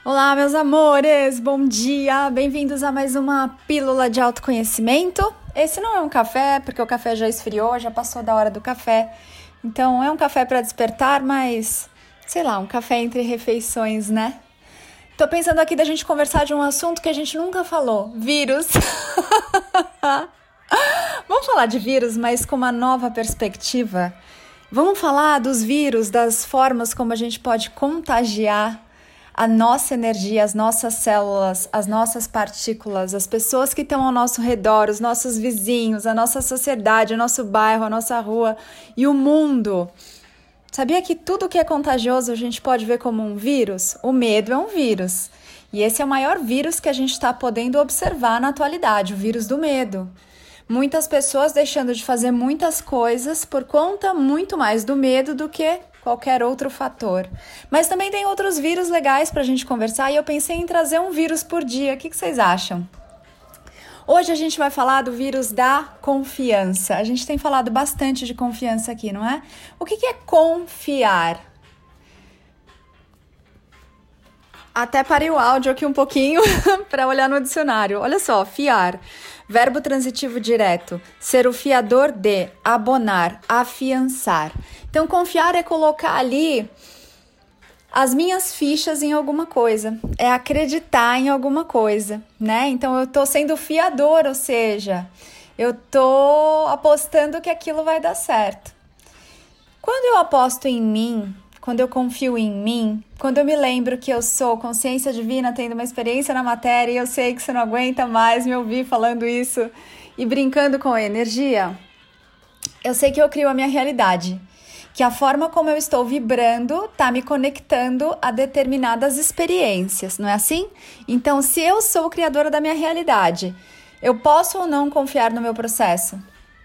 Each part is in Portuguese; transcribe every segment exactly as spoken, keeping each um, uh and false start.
Olá, meus amores! Bom dia! Bem-vindos a mais uma pílula de autoconhecimento. Esse não é um café, porque o café já esfriou, já passou da hora do café. Então, é um café para despertar, mas, sei lá, um café entre refeições, né? Tô pensando aqui da gente conversar de um assunto que a gente nunca falou. Vírus! Vamos falar de vírus, mas com uma nova perspectiva. Vamos falar dos vírus, das formas como a gente pode contagiar a nossa energia, as nossas células, as nossas partículas, as pessoas que estão ao nosso redor, os nossos vizinhos, a nossa sociedade, o nosso bairro, a nossa rua e o mundo. Sabia que tudo que é contagioso a gente pode ver como um vírus? O medo é um vírus. E esse é o maior vírus que a gente está podendo observar na atualidade, o vírus do medo. Muitas pessoas deixando de fazer muitas coisas por conta muito mais do medo do que qualquer outro fator. Mas também tem outros vírus legais para a gente conversar e eu pensei em trazer um vírus por dia. O que, que vocês acham? Hoje a gente vai falar do vírus da confiança. A gente tem falado bastante de confiança aqui, não é? O que, que é confiar? Até parei o áudio aqui um pouquinho para olhar no dicionário. Olha só, fiar. Verbo transitivo direto, ser o fiador de, abonar, afiançar. Então, confiar é colocar ali as minhas fichas em alguma coisa, é acreditar em alguma coisa, né? Então, eu tô sendo fiador, ou seja, eu tô apostando que aquilo vai dar certo. Quando eu aposto em mim, quando eu confio em mim, quando eu me lembro que eu sou consciência divina, tendo uma experiência na matéria e eu sei que você não aguenta mais me ouvir falando isso e brincando com a energia, eu sei que eu crio a minha realidade, que a forma como eu estou vibrando está me conectando a determinadas experiências, não é assim? Então, se eu sou criadora da minha realidade, eu posso ou não confiar no meu processo?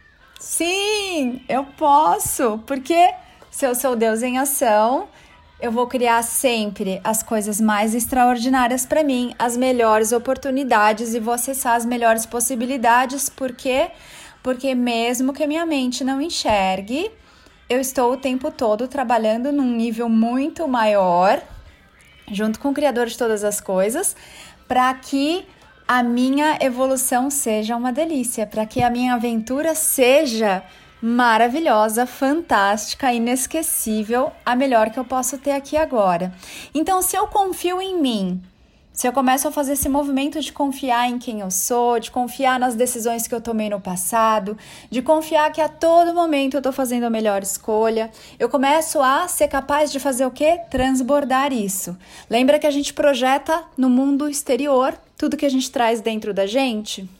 Sim, eu posso, porque se eu sou Deus em ação, eu vou criar sempre as coisas mais extraordinárias para mim, as melhores oportunidades e vou acessar as melhores possibilidades. Por quê? Porque mesmo que a minha mente não enxergue, eu estou o tempo todo trabalhando num nível muito maior, junto com o Criador de todas as coisas, para que a minha evolução seja uma delícia, para que a minha aventura seja maravilhosa, fantástica, inesquecível, a melhor que eu posso ter aqui agora. Então, se eu confio em mim, se eu começo a fazer esse movimento de confiar em quem eu sou, de confiar nas decisões que eu tomei no passado, de confiar que a todo momento eu estou fazendo a melhor escolha, eu começo a ser capaz de fazer o quê? Transbordar isso. Lembra que a gente projeta no mundo exterior tudo que a gente traz dentro da gente?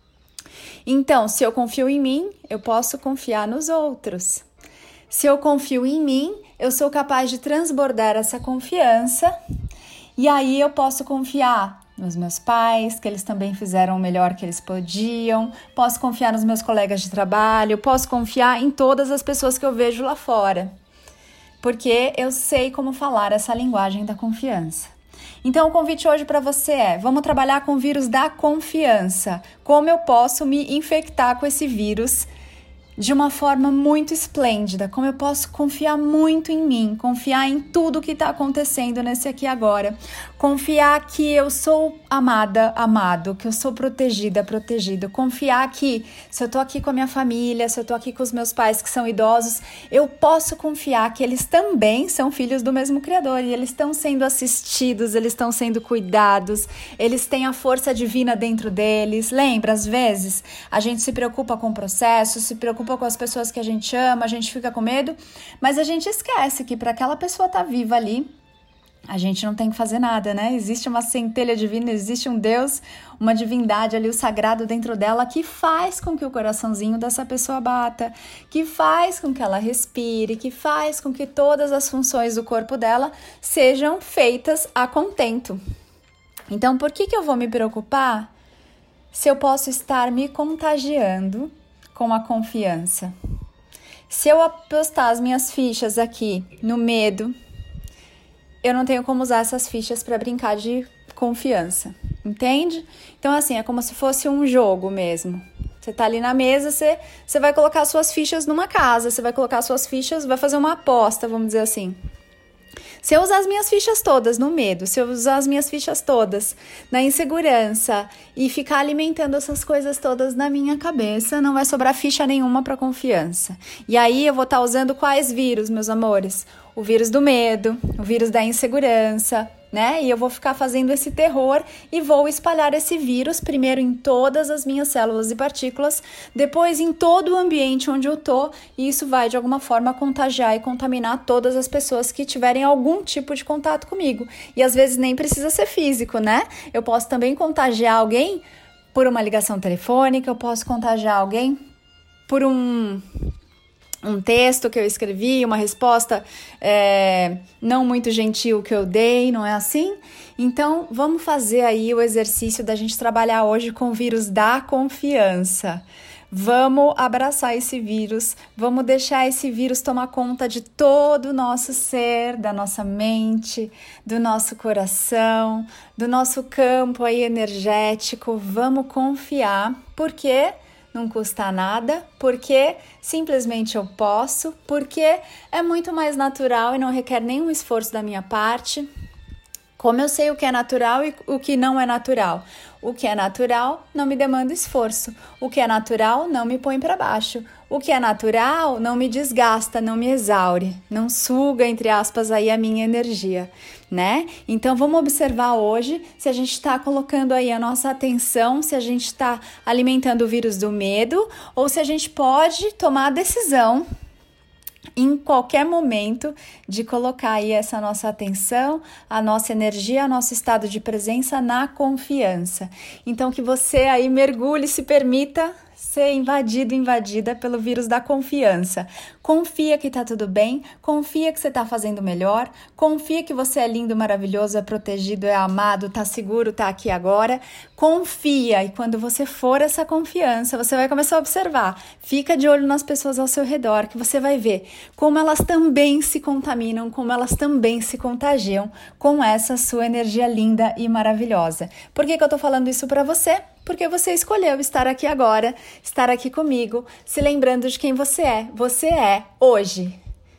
Então, se eu confio em mim, eu posso confiar nos outros. Se eu confio em mim, eu sou capaz de transbordar essa confiança e aí eu posso confiar nos meus pais, que eles também fizeram o melhor que eles podiam, posso confiar nos meus colegas de trabalho, posso confiar em todas as pessoas que eu vejo lá fora, porque eu sei como falar essa linguagem da confiança. Então, o convite hoje para você é, vamos trabalhar com o vírus da confiança. Como eu posso me infectar com esse vírus de uma forma muito esplêndida? Como eu posso confiar muito em mim, confiar em tudo que está acontecendo nesse aqui agora. Confiar que eu sou amada, amado, que eu sou protegida, protegido. Confiar que se eu tô aqui com a minha família, se eu tô aqui com os meus pais que são idosos, eu posso confiar que eles também são filhos do mesmo Criador e eles estão sendo assistidos, eles estão sendo cuidados, eles têm a força divina dentro deles. Lembra, às vezes, a gente se preocupa com o processo, se preocupa com as pessoas que a gente ama, a gente fica com medo, mas a gente esquece que para aquela pessoa estar viva ali, a gente não tem que fazer nada, né? Existe uma centelha divina, existe um Deus, uma divindade ali, o sagrado dentro dela, que faz com que o coraçãozinho dessa pessoa bata, que faz com que ela respire, que faz com que todas as funções do corpo dela sejam feitas a contento. Então, por que que eu vou me preocupar se eu posso estar me contagiando com a confiança? Se eu apostar as minhas fichas aqui no medo, eu não tenho como usar essas fichas para brincar de confiança, entende? Então, assim, é como se fosse um jogo mesmo. Você tá ali na mesa, você, você vai colocar suas fichas numa casa, você vai colocar suas fichas, vai fazer uma aposta, vamos dizer assim. Se eu usar as minhas fichas todas no medo, se eu usar as minhas fichas todas na insegurança e ficar alimentando essas coisas todas na minha cabeça, não vai sobrar ficha nenhuma para confiança. E aí eu vou estar usando quais vírus, meus amores? O vírus do medo, o vírus da insegurança, né? E eu vou ficar fazendo esse terror e vou espalhar esse vírus primeiro em todas as minhas células e partículas, depois em todo o ambiente onde eu tô, e isso vai de alguma forma contagiar e contaminar todas as pessoas que tiverem algum tipo de contato comigo. E às vezes nem precisa ser físico, né? Eu posso também contagiar alguém por uma ligação telefônica, eu posso contagiar alguém por um um texto que eu escrevi, uma resposta é, não muito gentil que eu dei, não é assim? Então, vamos fazer aí o exercício da gente trabalhar hoje com o vírus da confiança. Vamos abraçar esse vírus, vamos deixar esse vírus tomar conta de todo o nosso ser, da nossa mente, do nosso coração, do nosso campo aí energético. Vamos confiar, porque não custa nada, porque simplesmente eu posso, porque é muito mais natural e não requer nenhum esforço da minha parte. Como eu sei o que é natural e o que não é natural? O que é natural não me demanda esforço. O que é natural não me põe para baixo. O que é natural não me desgasta, não me exaure, não suga, entre aspas, aí a minha energia, né? Então, vamos observar hoje se a gente está colocando aí a nossa atenção, se a gente está alimentando o vírus do medo ou se a gente pode tomar a decisão em qualquer momento de colocar aí essa nossa atenção, a nossa energia, nosso estado de presença na confiança. Então, que você aí mergulhe, se permita ser invadido, invadida pelo vírus da confiança. Confia que tá tudo bem, confia que você tá fazendo melhor, confia que você é lindo, maravilhoso, é protegido, é amado, tá seguro, tá aqui agora. Confia, e quando você for essa confiança, você vai começar a observar. Fica de olho nas pessoas ao seu redor, que você vai ver como elas também se contaminam, como elas também se contagiam com essa sua energia linda e maravilhosa. Por que que eu tô falando isso pra você? Porque você escolheu estar aqui agora, estar aqui comigo, se lembrando de quem você é. Você é, hoje,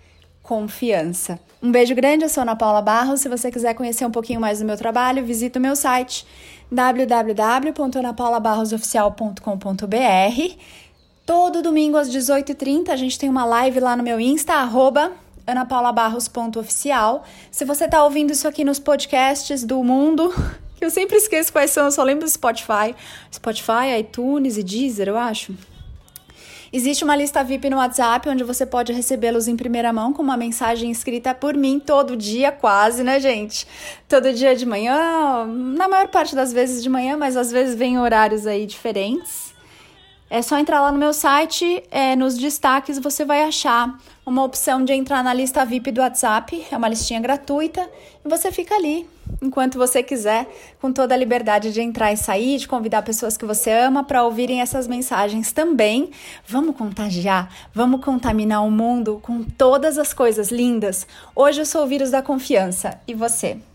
confiança. Um beijo grande, eu sou Ana Paula Barros. Se você quiser conhecer um pouquinho mais do meu trabalho, visita o meu site w w w ponto ana paula barros oficial ponto com ponto b r. Todo domingo às dezoito e trinta a gente tem uma live lá no meu Insta, arroba ana paula barros ponto oficial. Se você está ouvindo isso aqui nos podcasts do mundo, que eu sempre esqueço quais são, eu só lembro do Spotify. Spotify, iTunes e Deezer, eu acho. Existe uma lista V I P no WhatsApp, onde você pode recebê-los em primeira mão, com uma mensagem escrita por mim todo dia, quase, né, gente? Todo dia de manhã, na maior parte das vezes de manhã, mas às vezes vem horários aí diferentes. É só entrar lá no meu site, é, nos destaques você vai achar uma opção de entrar na lista V I P do WhatsApp, é uma listinha gratuita, e você fica ali, enquanto você quiser, com toda a liberdade de entrar e sair, de convidar pessoas que você ama para ouvirem essas mensagens também. Vamos contagiar, vamos contaminar o mundo com todas as coisas lindas. Hoje eu sou o vírus da confiança, e você?